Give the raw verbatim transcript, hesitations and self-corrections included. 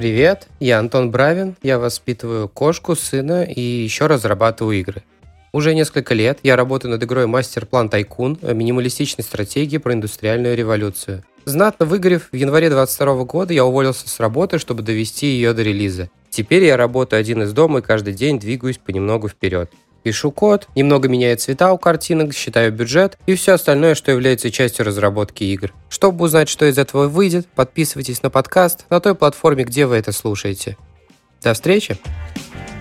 Привет, я Антон Бравин, я воспитываю кошку, сына и еще разрабатываю игры. Уже несколько лет я работаю над игрой «Мастер-план Тайкун» о минималистичной стратегии про индустриальную революцию. Знатно выгорев, в январе двадцать второго года я уволился с работы, чтобы довести ее до релиза. Теперь я работаю один из дома и каждый день двигаюсь понемногу вперед. Пишу код, немного меняю цвета у картинок, считаю бюджет и все остальное, что является частью разработки игр. Чтобы узнать, что из этого выйдет, подписывайтесь на подкаст на той платформе, где вы это слушаете. До встречи!